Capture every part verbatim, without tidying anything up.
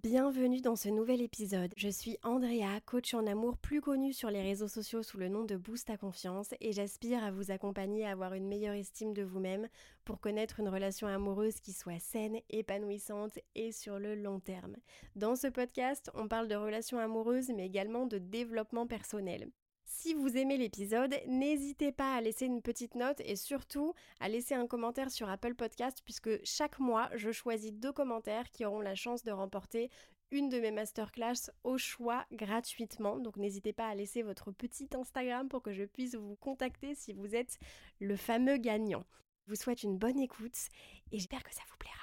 Bienvenue dans ce nouvel épisode. Je suis Andrea, coach en amour plus connue sur les réseaux sociaux sous le nom de Boost ta confiance et j'aspire à vous accompagner à avoir une meilleure estime de vous-même pour connaître une relation amoureuse qui soit saine, épanouissante et sur le long terme. Dans ce podcast, on parle de relations amoureuses mais également de développement personnel. Si vous aimez l'épisode, n'hésitez pas à laisser une petite note et surtout à laisser un commentaire sur Apple Podcast puisque chaque mois, je choisis deux commentaires qui auront la chance de remporter une de mes masterclass au choix gratuitement. Donc n'hésitez pas à laisser votre petit Instagram pour que je puisse vous contacter si vous êtes le fameux gagnant. Je vous souhaite une bonne écoute et j'espère que ça vous plaira.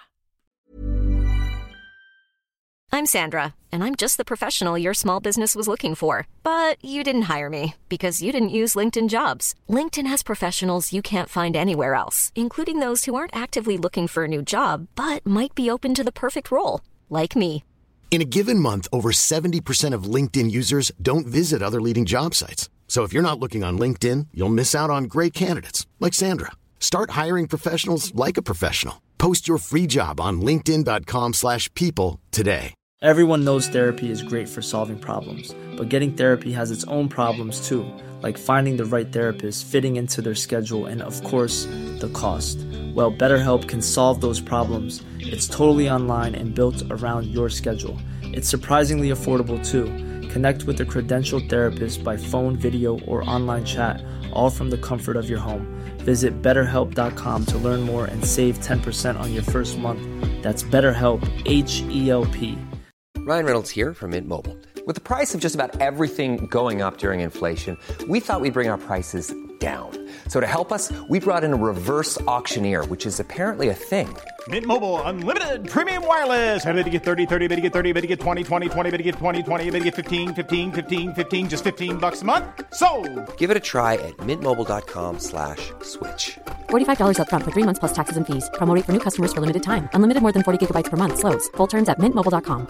I'm Sandra, and I'm just the professional your small business was looking for. But you didn't hire me because you didn't use LinkedIn Jobs. LinkedIn has professionals you can't find anywhere else, including those who aren't actively looking for a new job, but might be open to the perfect role, like me. In a given month, over seventy percent of LinkedIn users don't visit other leading job sites. So if you're not looking on LinkedIn, you'll miss out on great candidates like Sandra. Start hiring professionals like a professional. Post your free job on linkedin.com slash people today. Everyone knows therapy is great for solving problems, but getting therapy has its own problems too, like finding the right therapist, fitting into their schedule, and of course, the cost. Well, BetterHelp can solve those problems. It's totally online and built around your schedule. It's surprisingly affordable too. Connect with a credentialed therapist by phone, video, or online chat, all from the comfort of your home. Visit better help dot com to learn more and save ten percent on your first month. That's BetterHelp, H E L P. Ryan Reynolds here from Mint Mobile. With the price of just about everything going up during inflation, we thought we'd bring our prices down. So to help us, we brought in a reverse auctioneer, which is apparently a thing. Mint Mobile Unlimited Premium Wireless. How to get thirty, thirty, how to get thirty, how to get twenty, twenty, twenty, how to get twenty, twenty, how to get fifteen, fifteen, fifteen, fifteen, just fifteen bucks a month? Sold! Give it a try at mintmobile.com slash switch. forty-five dollars up front for three months plus taxes and fees. Promo rate for new customers for limited time. Unlimited more than forty gigabytes per month. Slows full terms at mint mobile dot com.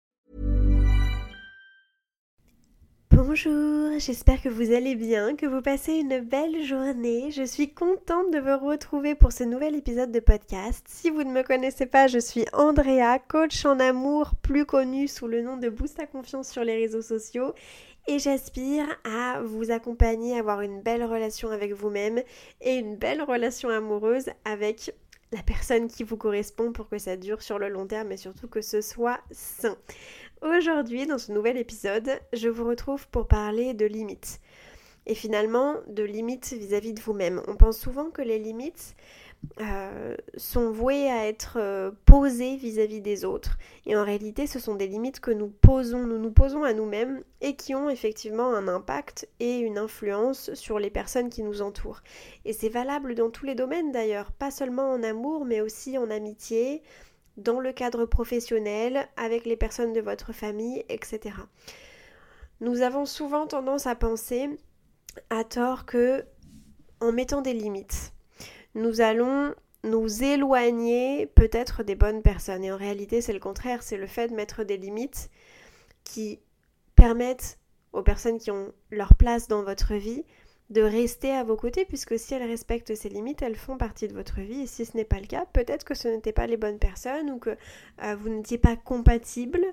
Bonjour, j'espère que vous allez bien, que vous passez une belle journée. Je suis contente de vous retrouver pour ce nouvel épisode de podcast. Si vous ne me connaissez pas, je suis Andrea, coach en amour, plus connue sous le nom de Boost ta confiance sur les réseaux sociaux. Et j'aspire à vous accompagner, à avoir une belle relation avec vous-même et une belle relation amoureuse avec la personne qui vous correspond pour que ça dure sur le long terme et surtout que ce soit sain. Aujourd'hui, dans ce nouvel épisode, je vous retrouve pour parler de limites. Et finalement, de limites vis-à-vis de vous-même. On pense souvent que les limites euh, sont vouées à être euh, posées vis-à-vis des autres. Et en réalité, ce sont des limites que nous posons, nous nous posons à nous-mêmes et qui ont effectivement un impact et une influence sur les personnes qui nous entourent. Et c'est valable dans tous les domaines d'ailleurs, pas seulement en amour, mais aussi en amitié, dans le cadre professionnel, avec les personnes de votre famille, et cetera. Nous avons souvent tendance à penser, à tort, que en mettant des limites, nous allons nous éloigner peut-être des bonnes personnes. Et en réalité, c'est le contraire, c'est le fait de mettre des limites qui permettent aux personnes qui ont leur place dans votre vie de rester à vos côtés, puisque si elles respectent ces limites, elles font partie de votre vie, et si ce n'est pas le cas, peut-être que ce n'étaient pas les bonnes personnes, ou que euh, vous n'étiez pas compatibles.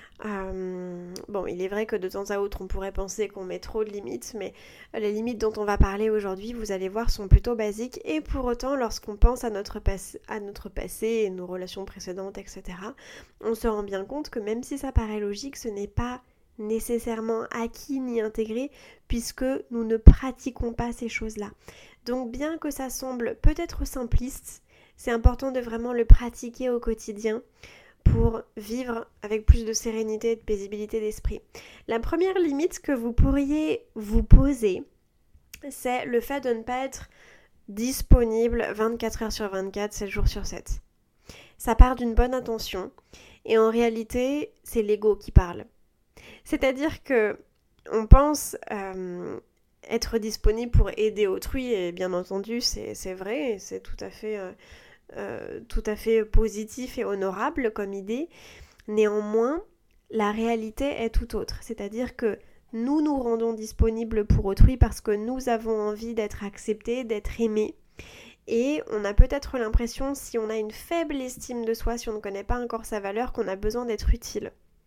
Euh, bon, il est vrai que de temps à autre, on pourrait penser qu'on met trop de limites, mais les limites dont on va parler aujourd'hui, vous allez voir, sont plutôt basiques, et pour autant, lorsqu'on pense à notre, pas- à notre passé, et nos relations précédentes, et cetera, on se rend bien compte que même si ça paraît logique, ce n'est pas nécessairement acquis ni intégré puisque nous ne pratiquons pas ces choses-là. Donc bien que ça semble peut-être simpliste, c'est important de vraiment le pratiquer au quotidien pour vivre avec plus de sérénité et de paisibilité d'esprit. La première limite que vous pourriez vous poser, c'est le fait de ne pas être disponible vingt-quatre heures sur vingt-quatre, sept jours sur sept. Ça part d'une bonne intention et en réalité, c'est l'ego qui parle. C'est-à-dire que on pense euh, être disponible pour aider autrui, et bien entendu, c'est, c'est vrai, et c'est tout à fait, euh, euh, tout à fait positif et honorable comme idée. Néanmoins, la réalité est tout autre. C'est-à-dire que nous nous rendons disponibles pour autrui parce que nous avons envie d'être acceptés, d'être aimés. Et on a peut-être l'impression, si on a une faible estime de soi, si on ne connaît pas encore sa valeur, qu'on a besoin d'être utile.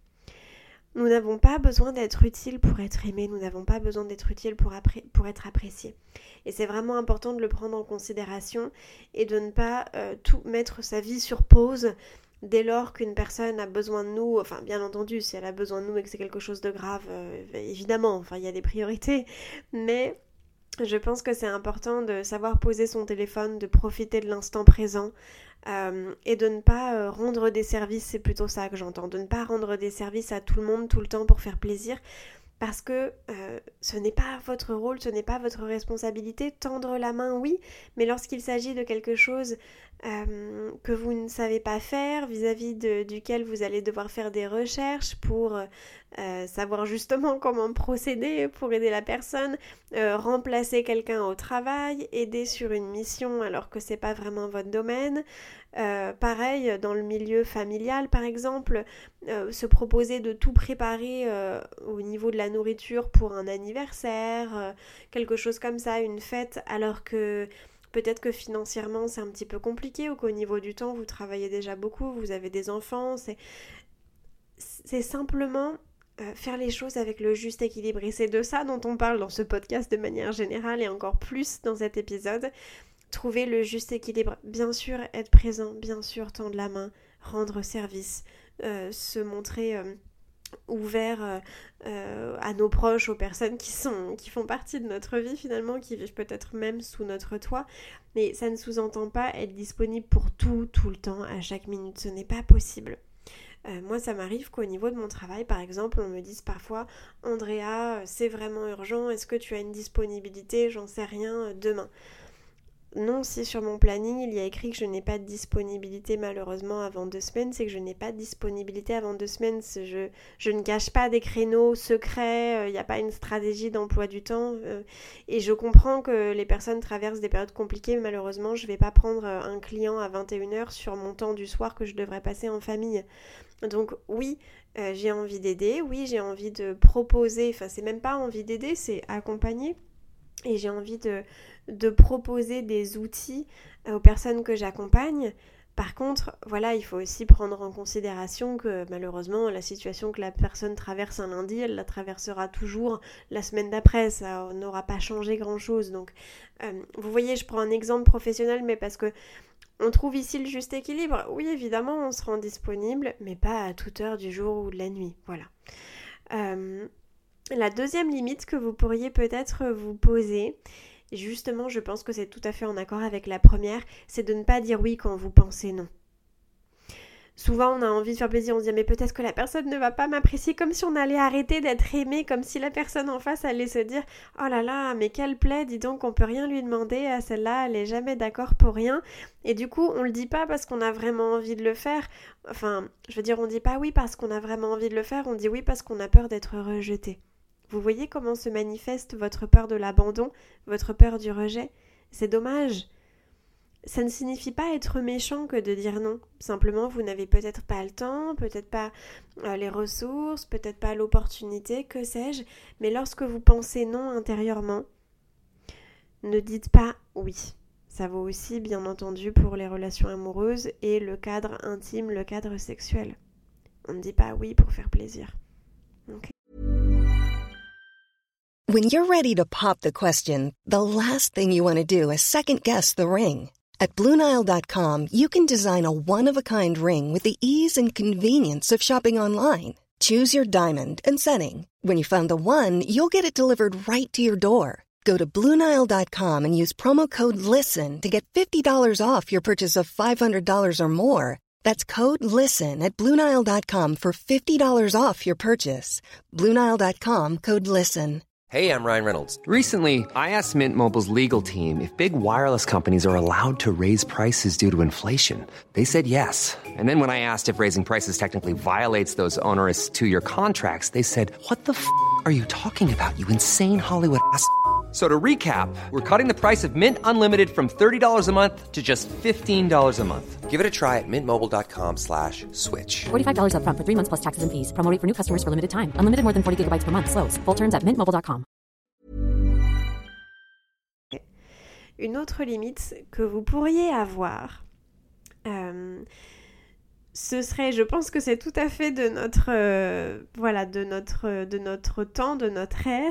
Nous n'avons pas besoin d'être utiles pour être aimés, nous n'avons pas besoin d'être utiles pour, appré- pour être appréciés. Et c'est vraiment important de le prendre en considération et de ne pas euh, tout mettre sa vie sur pause dès lors qu'une personne a besoin de nous. Enfin, bien entendu, si elle a besoin de nous et que c'est quelque chose de grave, euh, évidemment, enfin, il y a des priorités, mais je pense que c'est important de savoir poser son téléphone, de profiter de l'instant présent euh, et de ne pas euh, rendre des services, c'est plutôt ça que j'entends, de ne pas rendre des services à tout le monde tout le temps pour faire plaisir, parce que euh, ce n'est pas votre rôle, ce n'est pas votre responsabilité. Tendre la main, oui, mais lorsqu'il s'agit de quelque chose euh, que vous ne savez pas faire, vis-à-vis de, duquel vous allez devoir faire des recherches pour euh, savoir justement comment procéder pour aider la personne, euh, remplacer quelqu'un au travail, aider sur une mission alors que c'est pas vraiment votre domaine, euh, pareil dans le milieu familial par exemple, euh, se proposer de tout préparer euh, au niveau de la nourriture pour un anniversaire, euh, quelque chose comme ça, une fête, alors que peut-être que financièrement c'est un petit peu compliqué ou qu'au niveau du temps vous travaillez déjà beaucoup, vous avez des enfants, c'est, c'est simplement euh, faire les choses avec le juste équilibre. Et c'est de ça dont on parle dans ce podcast de manière générale et encore plus dans cet épisode. Trouver le juste équilibre. Bien sûr être présent, bien sûr tendre la main, rendre service, euh, se montrer euh, ouvert euh, euh, à nos proches, aux personnes qui sont, qui font partie de notre vie finalement, qui vivent peut-être même sous notre toit, mais ça ne sous-entend pas être disponible pour tout, tout le temps, à chaque minute, ce n'est pas possible. Euh, moi ça m'arrive qu'au niveau de mon travail par exemple, on me dise parfois « Andrea, c'est vraiment urgent, est-ce que tu as une disponibilité, j'en sais rien, demain ?» Non, si sur mon planning il y a écrit que je n'ai pas de disponibilité malheureusement avant deux semaines, c'est que je n'ai pas de disponibilité avant deux semaines. Je, je ne cache pas des créneaux secrets, il euh, n'y a pas une stratégie d'emploi du temps. Euh, et je comprends que les personnes traversent des périodes compliquées, mais malheureusement je ne vais pas prendre un client à vingt et une heures sur mon temps du soir que je devrais passer en famille. Donc oui, euh, j'ai envie d'aider, oui j'ai envie de proposer, enfin c'est même pas envie d'aider, c'est accompagner. Et j'ai envie de, de proposer des outils aux personnes que j'accompagne. Par contre, voilà, il faut aussi prendre en considération que malheureusement, la situation que la personne traverse un lundi, elle la traversera toujours la semaine d'après. Ça n'aura pas changé grand-chose. Donc, euh, vous voyez, je prends un exemple professionnel, mais parce que on trouve ici le juste équilibre. Oui, évidemment, on se rend disponible, mais pas à toute heure du jour ou de la nuit. Voilà. Euh... La deuxième limite que vous pourriez peut-être vous poser, justement je pense que c'est tout à fait en accord avec la première, c'est de ne pas dire oui quand vous pensez non. Souvent on a envie de faire plaisir, on se dit mais peut-être que la personne ne va pas m'apprécier, comme si on allait arrêter d'être aimé, comme si la personne en face allait se dire oh là là mais quelle plaie, dis donc on peut rien lui demander à celle-là, elle est jamais d'accord pour rien. Et du coup on le dit pas parce qu'on a vraiment envie de le faire, enfin je veux dire on dit pas oui parce qu'on a vraiment envie de le faire, on dit oui parce qu'on a peur d'être rejeté. Vous voyez comment se manifeste votre peur de l'abandon, votre peur du rejet ? C'est dommage. Ça ne signifie pas être méchant que de dire non. Simplement, vous n'avez peut-être pas le temps, peut-être pas euh, les ressources, peut-être pas l'opportunité, que sais-je. Mais lorsque vous pensez non intérieurement, ne dites pas oui. Ça vaut aussi, bien entendu, pour les relations amoureuses et le cadre intime, le cadre sexuel. On ne dit pas oui pour faire plaisir. Okay. When you're ready to pop the question, the last thing you want to do is second-guess the ring. At Blue Nile dot com, you can design a one-of-a-kind ring with the ease and convenience of shopping online. Choose your diamond and setting. When you find the one, you'll get it delivered right to your door. Go to Blue Nile dot com and use promo code LISTEN to get fifty dollars off your purchase of five hundred dollars or more. That's code LISTEN at Blue Nile dot com for fifty dollars off your purchase. Blue Nile dot com, code LISTEN. Hey, I'm Ryan Reynolds. Recently, I asked Mint Mobile's legal team if big wireless companies are allowed to raise prices due to inflation. They said yes. And then when I asked if raising prices technically violates those onerous two-year contracts, they said, what the f*** are you talking about, you insane Hollywood ass f- So to recap, we're cutting the price of Mint Unlimited from thirty dollars a month to just fifteen dollars a month. Give it a try at mintmobile.com slash switch. forty-five dollars up front for three months plus taxes and fees. Promo rate for new customers for limited time. Unlimited more than forty gigabytes per month. Slows full terms at mint mobile dot com. Une autre limite que vous pourriez avoir, euh, ce serait, je pense que c'est tout à fait de notre, euh, voilà, de notre, de notre temps, de notre ère,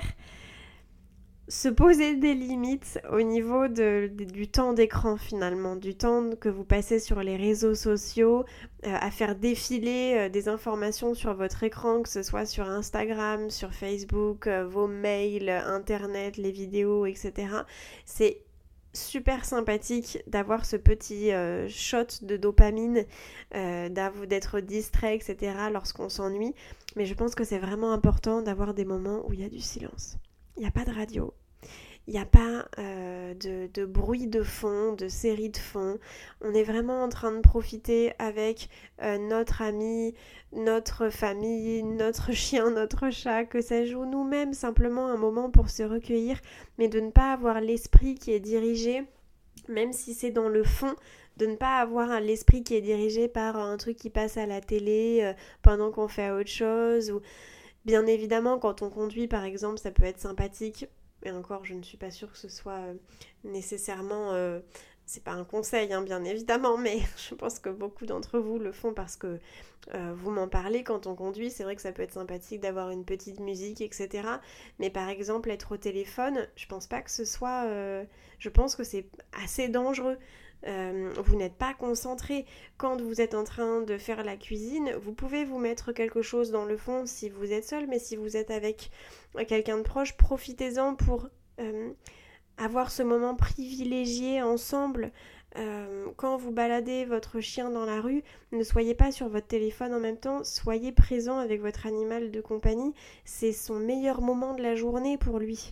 se poser des limites au niveau de, de, du temps d'écran finalement, du temps que vous passez sur les réseaux sociaux, euh, à faire défiler euh, des informations sur votre écran, que ce soit sur Instagram, sur Facebook, euh, vos mails, Internet, les vidéos, et cetera. C'est super sympathique d'avoir ce petit euh, shot de dopamine, euh, d'être distrait, et cetera lorsqu'on s'ennuie, mais je pense que c'est vraiment important d'avoir des moments où il y a du silence. Il n'y a pas de radio, il n'y a pas euh, de, de bruit de fond, de série de fond. On est vraiment en train de profiter avec euh, notre ami, notre famille, notre chien, notre chat, que sais-je, ou nous-mêmes, simplement un moment pour se recueillir, mais de ne pas avoir l'esprit qui est dirigé, même si c'est dans le fond, de ne pas avoir l'esprit qui est dirigé par un truc qui passe à la télé euh, pendant qu'on fait autre chose, ou... Bien évidemment, quand on conduit, par exemple, ça peut être sympathique. Et encore, je ne suis pas sûre que ce soit euh, nécessairement... Euh, c'est pas un conseil, hein, bien évidemment, mais je pense que beaucoup d'entre vous le font parce que euh, vous m'en parlez quand on conduit. C'est vrai que ça peut être sympathique d'avoir une petite musique, et cetera. Mais par exemple, être au téléphone, je pense pas que ce soit... Euh, je pense que c'est assez dangereux. Euh, vous n'êtes pas concentré. Quand vous êtes en train de faire la cuisine, vous pouvez vous mettre quelque chose dans le fond si vous êtes seul, mais si vous êtes avec quelqu'un de proche, profitez-en pour euh, avoir ce moment privilégié ensemble. Euh, quand vous baladez votre chien dans la rue, ne soyez pas sur votre téléphone en même temps, soyez présent avec votre animal de compagnie. C'est son meilleur moment de la journée pour lui.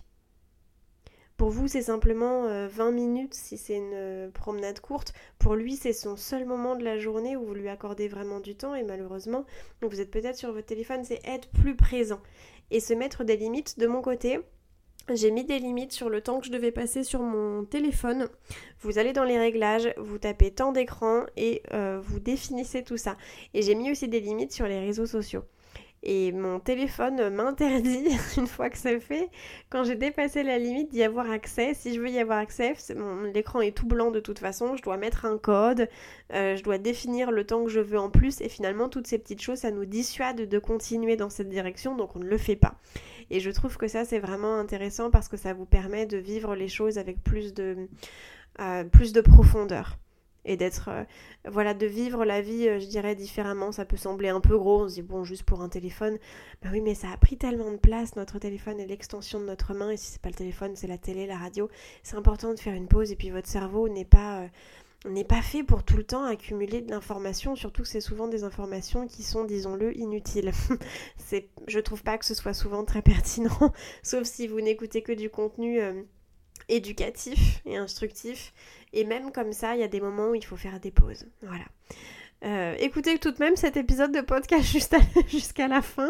Pour vous, c'est simplement euh, vingt minutes si c'est une euh, promenade courte. Pour lui, c'est son seul moment de la journée où vous lui accordez vraiment du temps et malheureusement, vous êtes peut-être sur votre téléphone, c'est être plus présent et se mettre des limites. De mon côté, j'ai mis des limites sur le temps que je devais passer sur mon téléphone. Vous allez dans les réglages, vous tapez temps d'écran et euh, vous définissez tout ça. Et j'ai mis aussi des limites sur les réseaux sociaux. Et mon téléphone m'interdit, une fois que c'est fait, quand j'ai dépassé la limite d'y avoir accès. Si je veux y avoir accès, mon, l'écran est tout blanc de toute façon, je dois mettre un code, euh, je dois définir le temps que je veux en plus, et finalement toutes ces petites choses, ça nous dissuade de continuer dans cette direction, donc on ne le fait pas. Et je trouve que ça c'est vraiment intéressant parce que ça vous permet de vivre les choses avec plus de, euh, plus de profondeur. Et d'être, euh, voilà, de vivre la vie, euh, je dirais, différemment. Ça peut sembler un peu gros, on se dit, bon, juste pour un téléphone. Ben oui, mais ça a pris tellement de place, notre téléphone est l'extension de notre main. Et si c'est pas le téléphone, c'est la télé, la radio. C'est important de faire une pause. Et puis votre cerveau n'est pas, euh, n'est pas fait pour tout le temps accumuler de l'information. Surtout que c'est souvent des informations qui sont, disons-le, inutiles. c'est, je trouve pas que ce soit souvent très pertinent. Sauf si vous n'écoutez que du contenu... Euh, éducatif et instructif, et même comme ça il y a des moments où il faut faire des pauses. Voilà. Euh, écoutez tout de même cet épisode de podcast juste à, jusqu'à la fin.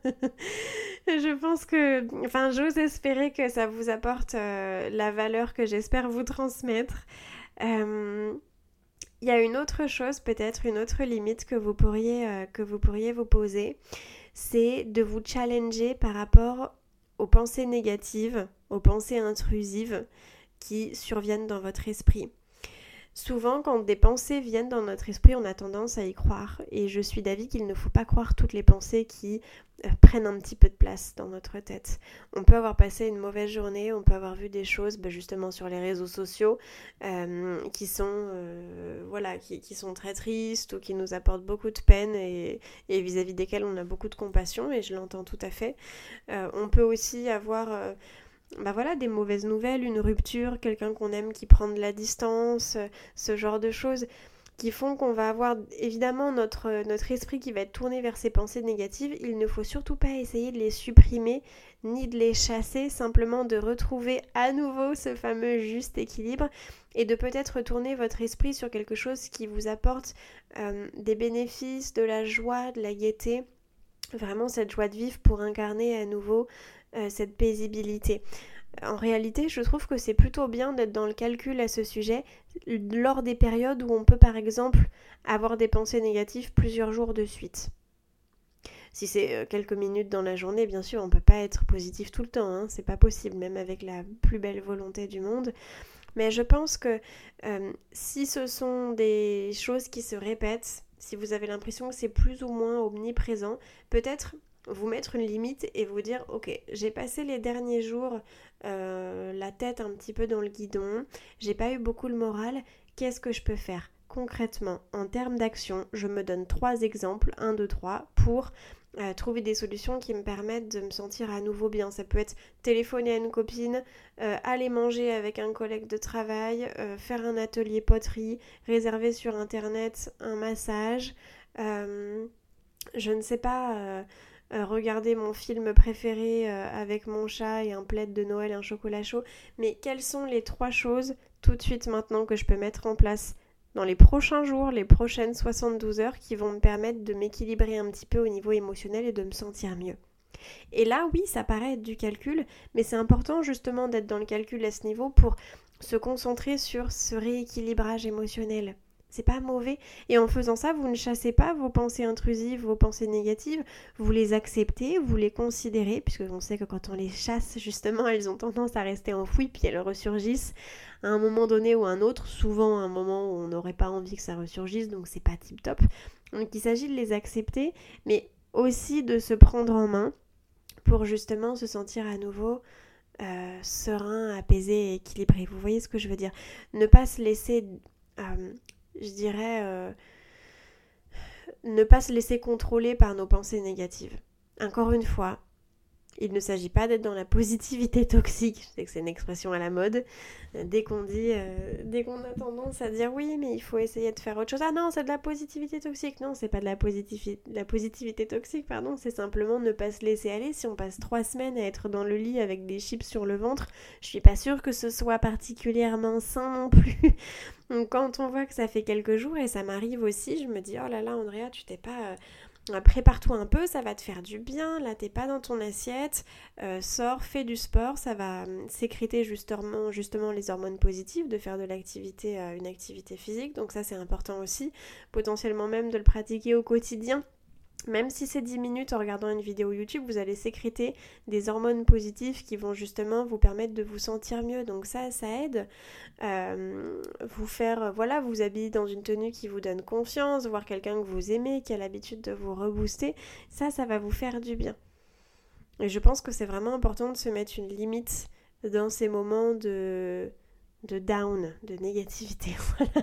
Je pense que, enfin, j'ose espérer que ça vous apporte euh, la valeur que j'espère vous transmettre. Euh, il y a une autre chose, peut-être une autre limite que vous pourriez, euh, que vous pourriez vous poser, c'est de vous challenger par rapport aux pensées négatives, aux pensées intrusives qui surviennent dans votre esprit. Souvent, quand des pensées viennent dans notre esprit, on a tendance à y croire. Et je suis d'avis qu'il ne faut pas croire toutes les pensées qui euh, prennent un petit peu de place dans notre tête. On peut avoir passé une mauvaise journée, on peut avoir vu des choses bah, justement sur les réseaux sociaux euh, qui sont euh, voilà, qui, qui sont très tristes ou qui nous apportent beaucoup de peine et, et vis-à-vis desquelles on a beaucoup de compassion, et je l'entends tout à fait. Euh, on peut aussi avoir... Euh, Bah voilà, des mauvaises nouvelles, une rupture, quelqu'un qu'on aime qui prend de la distance, ce genre de choses qui font qu'on va avoir évidemment notre, notre esprit qui va être tourné vers ces pensées négatives. Il ne faut surtout pas essayer de les supprimer ni de les chasser, simplement de retrouver à nouveau ce fameux juste équilibre et de peut-être retourner votre esprit sur quelque chose qui vous apporte euh, des bénéfices, de la joie, de la gaieté, vraiment cette joie de vivre pour incarner à nouveau Euh, cette paisibilité. En réalité, je trouve que c'est plutôt bien d'être dans le calcul à ce sujet lors des périodes où on peut par exemple avoir des pensées négatives plusieurs jours de suite. Si c'est quelques minutes dans la journée, bien sûr, on peut pas être positif tout le temps, hein, c'est pas possible, même avec la plus belle volonté du monde. Mais je pense que euh, si ce sont des choses qui se répètent, si vous avez l'impression que c'est plus ou moins omniprésent, peut-être vous mettre une limite et vous dire ok, j'ai passé les derniers jours euh, la tête un petit peu dans le guidon, j'ai pas eu beaucoup le moral, qu'est-ce que je peux faire concrètement en termes d'action? Je me donne trois exemples, un, deux, trois, pour euh, trouver des solutions qui me permettent de me sentir à nouveau bien. Ça peut être téléphoner à une copine, euh, aller manger avec un collègue de travail, euh, faire un atelier poterie, réserver sur internet un massage, euh, je ne sais pas... Euh, Euh, regarder mon film préféré euh, avec mon chat et un plaid de Noël et un chocolat chaud. Mais quelles sont les trois choses tout de suite maintenant que je peux mettre en place dans les prochains jours, les prochaines soixante-douze heures qui vont me permettre de m'équilibrer un petit peu au niveau émotionnel et de me sentir mieux. Et là, oui, ça paraît être du calcul, mais c'est important justement d'être dans le calcul à ce niveau pour se concentrer sur ce rééquilibrage émotionnel. C'est pas mauvais. Et en faisant ça, vous ne chassez pas vos pensées intrusives, vos pensées négatives. Vous les acceptez, vous les considérez, puisque on sait que quand on les chasse, justement, elles ont tendance à rester enfouies, puis elles ressurgissent à un moment donné ou un autre, souvent à un moment où on n'aurait pas envie que ça ressurgisse, donc c'est pas tip top. Donc il s'agit de les accepter, mais aussi de se prendre en main pour justement se sentir à nouveau euh, serein, apaisé et équilibré. Vous voyez ce que je veux dire? Ne pas se laisser... Euh, je dirais, euh, ne pas se laisser contrôler par nos pensées négatives. Encore une fois, il ne s'agit pas d'être dans la positivité toxique. Je sais que c'est une expression à la mode. Dès qu'on dit, euh, dès qu'on a tendance à dire oui, mais il faut essayer de faire autre chose. Ah non, c'est de la positivité toxique. Non, c'est pas de la, positiv- la positivité toxique, pardon. C'est simplement ne pas se laisser aller. Si on passe trois semaines à être dans le lit avec des chips sur le ventre, je suis pas sûre que ce soit particulièrement sain non plus. Donc quand on voit que ça fait quelques jours, et ça m'arrive aussi, je me dis oh là là Andrea, tu t'es pas... Euh, prépare-toi un peu, ça va te faire du bien, là t'es pas dans ton assiette, euh, sors, fais du sport, ça va euh, sécréter justement, justement les hormones positives, de faire de l'activité, euh, une activité physique, donc ça c'est important aussi, potentiellement même de le pratiquer au quotidien. Même si c'est dix minutes en regardant une vidéo YouTube, vous allez sécréter des hormones positives qui vont justement vous permettre de vous sentir mieux. Donc ça, ça aide. Euh, vous faire, voilà, vous habiller dans une tenue qui vous donne confiance, voir quelqu'un que vous aimez, qui a l'habitude de vous rebooster. Ça, ça va vous faire du bien. Et je pense que c'est vraiment important de se mettre une limite dans ces moments de, de down, de négativité. Voilà.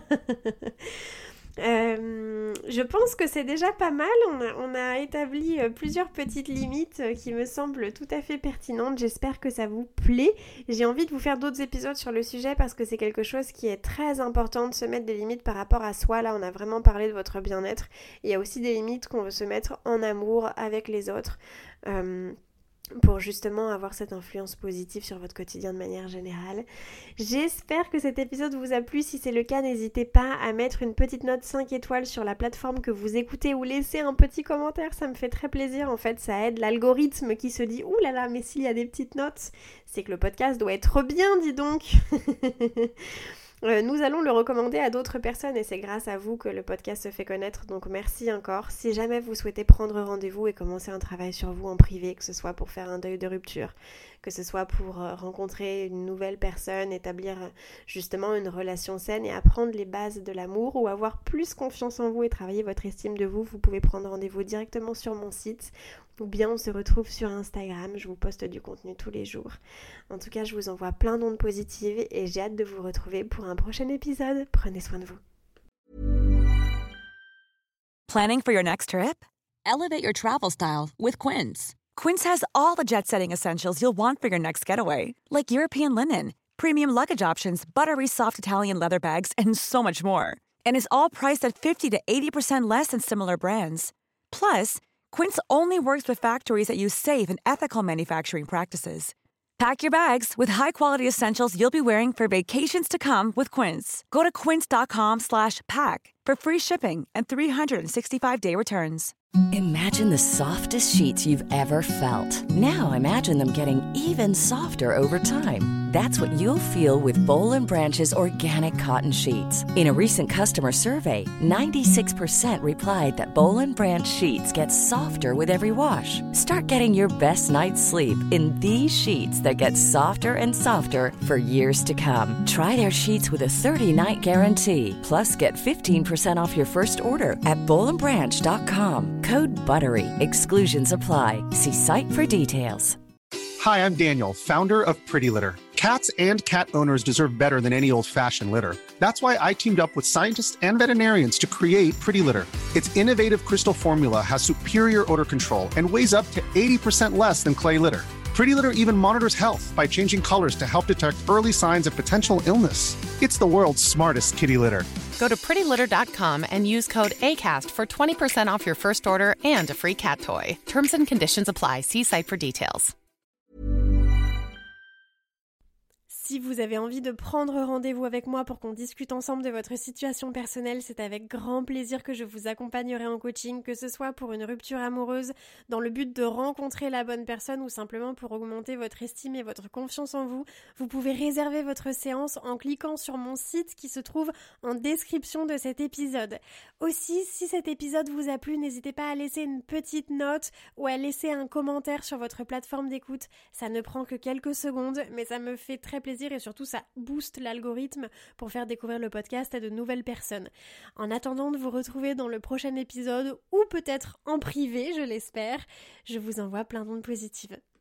Euh, je pense que c'est déjà pas mal, on a, on a établi euh, plusieurs petites limites euh, qui me semblent tout à fait pertinentes, j'espère que ça vous plaît. J'ai envie de vous faire d'autres épisodes sur le sujet parce que c'est quelque chose qui est très important de se mettre des limites par rapport à soi. Là on a vraiment parlé de votre bien-être, il y a aussi des limites qu'on veut se mettre en amour avec les autres. Euh, pour justement avoir cette influence positive sur votre quotidien de manière générale. J'espère que cet épisode vous a plu. Si c'est le cas, n'hésitez pas à mettre une petite note cinq étoiles sur la plateforme que vous écoutez ou laisser un petit commentaire, ça me fait très plaisir. En fait, ça aide l'algorithme qui se dit « Ouh là là, mais s'il y a des petites notes, c'est que le podcast doit être bien, dis donc !» Euh, nous allons le recommander à d'autres personnes et c'est grâce à vous que le podcast se fait connaître, donc merci encore. Si jamais vous souhaitez prendre rendez-vous et commencer un travail sur vous en privé, que ce soit pour faire un deuil de rupture, que ce soit pour euh, rencontrer une nouvelle personne, établir euh, justement une relation saine et apprendre les bases de l'amour ou avoir plus confiance en vous et travailler votre estime de vous, vous pouvez prendre rendez-vous directement sur mon site ou bien on se retrouve sur Instagram, je vous poste du contenu tous les jours. En tout cas, je vous envoie plein d'ondes positives et j'ai hâte de vous retrouver pour un prochain épisode. Prenez soin de vous. Planning for your next trip? Elevate your travel style with Quince. Quince has all the jet-setting essentials you'll want for your next getaway, like European linen, premium luggage options, buttery soft Italian leather bags, and so much more. And is all priced at fifty to eighty percent less than similar brands. Plus, Quince only works with factories that use safe and ethical manufacturing practices. Pack your bags with high-quality essentials you'll be wearing for vacations to come with Quince. Go to quince.com slash pack for free shipping and three sixty-five day returns. Imagine the softest sheets you've ever felt. Now imagine them getting even softer over time. That's what you'll feel with Boll and Branch's organic cotton sheets. In a recent customer survey, ninety-six percent replied that Boll and Branch sheets get softer with every wash. Start getting your best night's sleep in these sheets that get softer and softer for years to come. Try their sheets with a thirty-night guarantee. Plus, get fifteen percent off your first order at boll and branch dot com. Code BUTTERY. Exclusions apply. See site for details. Hi, I'm Daniel, founder of Pretty Litter. Cats and cat owners deserve better than any old-fashioned litter. That's why I teamed up with scientists and veterinarians to create Pretty Litter. Its innovative crystal formula has superior odor control and weighs up to eighty percent less than clay litter. Pretty Litter even monitors health by changing colors to help detect early signs of potential illness. It's the world's smartest kitty litter. Go to pretty litter dot com and use code ACAST for twenty percent off your first order and a free cat toy. Terms and conditions apply. See site for details. Si vous avez envie de prendre rendez-vous avec moi pour qu'on discute ensemble de votre situation personnelle, c'est avec grand plaisir que je vous accompagnerai en coaching, que ce soit pour une rupture amoureuse, dans le but de rencontrer la bonne personne ou simplement pour augmenter votre estime et votre confiance en vous. Vous pouvez réserver votre séance en cliquant sur mon site qui se trouve en description de cet épisode. Aussi, si cet épisode vous a plu, n'hésitez pas à laisser une petite note ou à laisser un commentaire sur votre plateforme d'écoute. Ça ne prend que quelques secondes, mais ça me fait très plaisir et surtout ça booste l'algorithme pour faire découvrir le podcast à de nouvelles personnes. En attendant de vous retrouver dans le prochain épisode ou peut-être en privé, je l'espère, je vous envoie plein d'ondes positives.